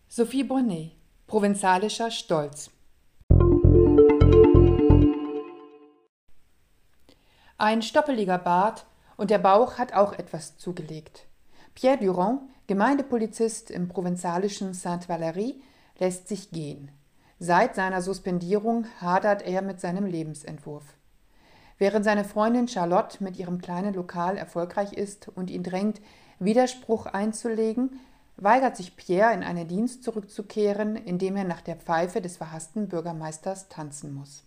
Sophie Bonnet, provenzalischer Stolz. Ein stoppeliger Bart und der Bauch hat auch etwas zugelegt. Pierre Durand, Gemeindepolizist im provenzalischen Sainte-Valery, lässt sich gehen. Seit seiner Suspendierung hadert er mit seinem Lebensentwurf. Während seine Freundin Charlotte mit ihrem kleinen Lokal erfolgreich ist und ihn drängt, Widerspruch einzulegen, weigert sich Pierre, in einen Dienst zurückzukehren, in dem er nach der Pfeife des verhassten Bürgermeisters tanzen muss.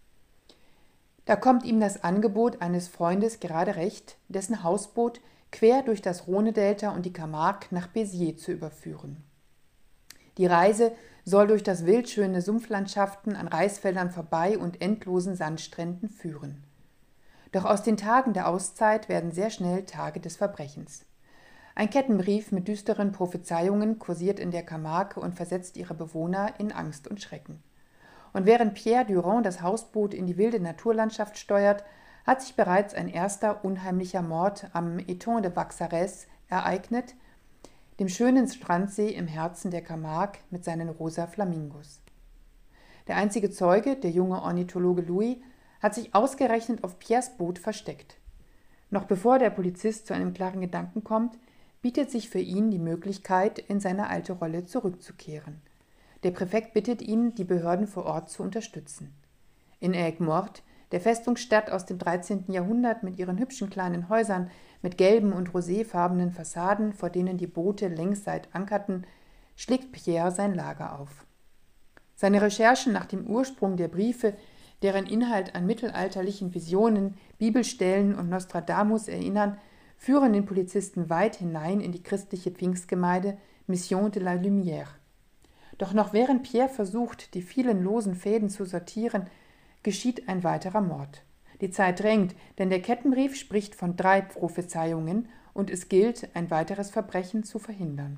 Da kommt ihm das Angebot eines Freundes gerade recht, dessen Hausboot quer durch das Rhône-Delta und die Camargue nach Béziers zu überführen. Die Reise soll durch das wildschöne Sumpflandschaften an Reisfeldern vorbei und endlosen Sandstränden führen. Doch aus den Tagen der Auszeit werden sehr schnell Tage des Verbrechens. Ein Kettenbrief mit düsteren Prophezeiungen kursiert in der Camargue und versetzt ihre Bewohner in Angst und Schrecken. Und während Pierre Durand das Hausboot in die wilde Naturlandschaft steuert, hat sich bereits ein erster unheimlicher Mord am Étang de Waxarès ereignet, dem schönen Strandsee im Herzen der Camargue mit seinen rosa Flamingos. Der einzige Zeuge, der junge Ornithologe Louis, hat sich ausgerechnet auf Pierres Boot versteckt. Noch bevor der Polizist zu einem klaren Gedanken kommt, bietet sich für ihn die Möglichkeit, in seine alte Rolle zurückzukehren. Der Präfekt bittet ihn, die Behörden vor Ort zu unterstützen. In Aigues-Mortes, der Festungsstadt aus dem 13. Jahrhundert mit ihren hübschen kleinen Häusern, mit gelben und roséfarbenen Fassaden, vor denen die Boote längsseit ankerten, schlägt Pierre sein Lager auf. Seine Recherchen nach dem Ursprung der Briefe, deren Inhalt an mittelalterlichen Visionen, Bibelstellen und Nostradamus erinnern, führen den Polizisten weit hinein in die christliche Pfingstgemeinde Mission de la Lumière. Doch noch während Pierre versucht, die vielen losen Fäden zu sortieren, geschieht ein weiterer Mord. Die Zeit drängt, denn der Kettenbrief spricht von 3 Prophezeiungen und es gilt, ein weiteres Verbrechen zu verhindern.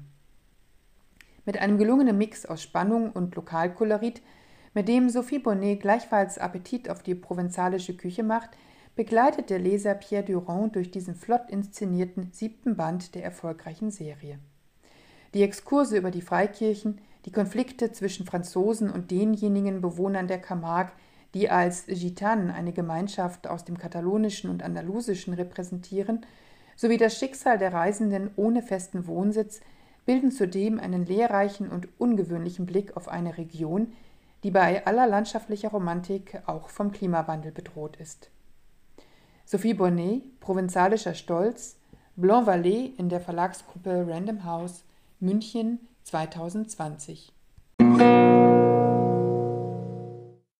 Mit einem gelungenen Mix aus Spannung und Lokalkolorit, mit dem Sophie Bonnet gleichfalls Appetit auf die provenzalische Küche macht, begleitet der Leser Pierre Durand durch diesen flott inszenierten 7. Band der erfolgreichen Serie. Die Exkurse über die Freikirchen, die Konflikte zwischen Franzosen und denjenigen Bewohnern der Camargue, die als Gitanen eine Gemeinschaft aus dem Katalonischen und Andalusischen repräsentieren, sowie das Schicksal der Reisenden ohne festen Wohnsitz bilden zudem einen lehrreichen und ungewöhnlichen Blick auf eine Region, die bei aller landschaftlicher Romantik auch vom Klimawandel bedroht ist. Sophie Bonnet, provenzalischer Stolz, Blanc-Vallée in der Verlagsgruppe Random House, München 2020.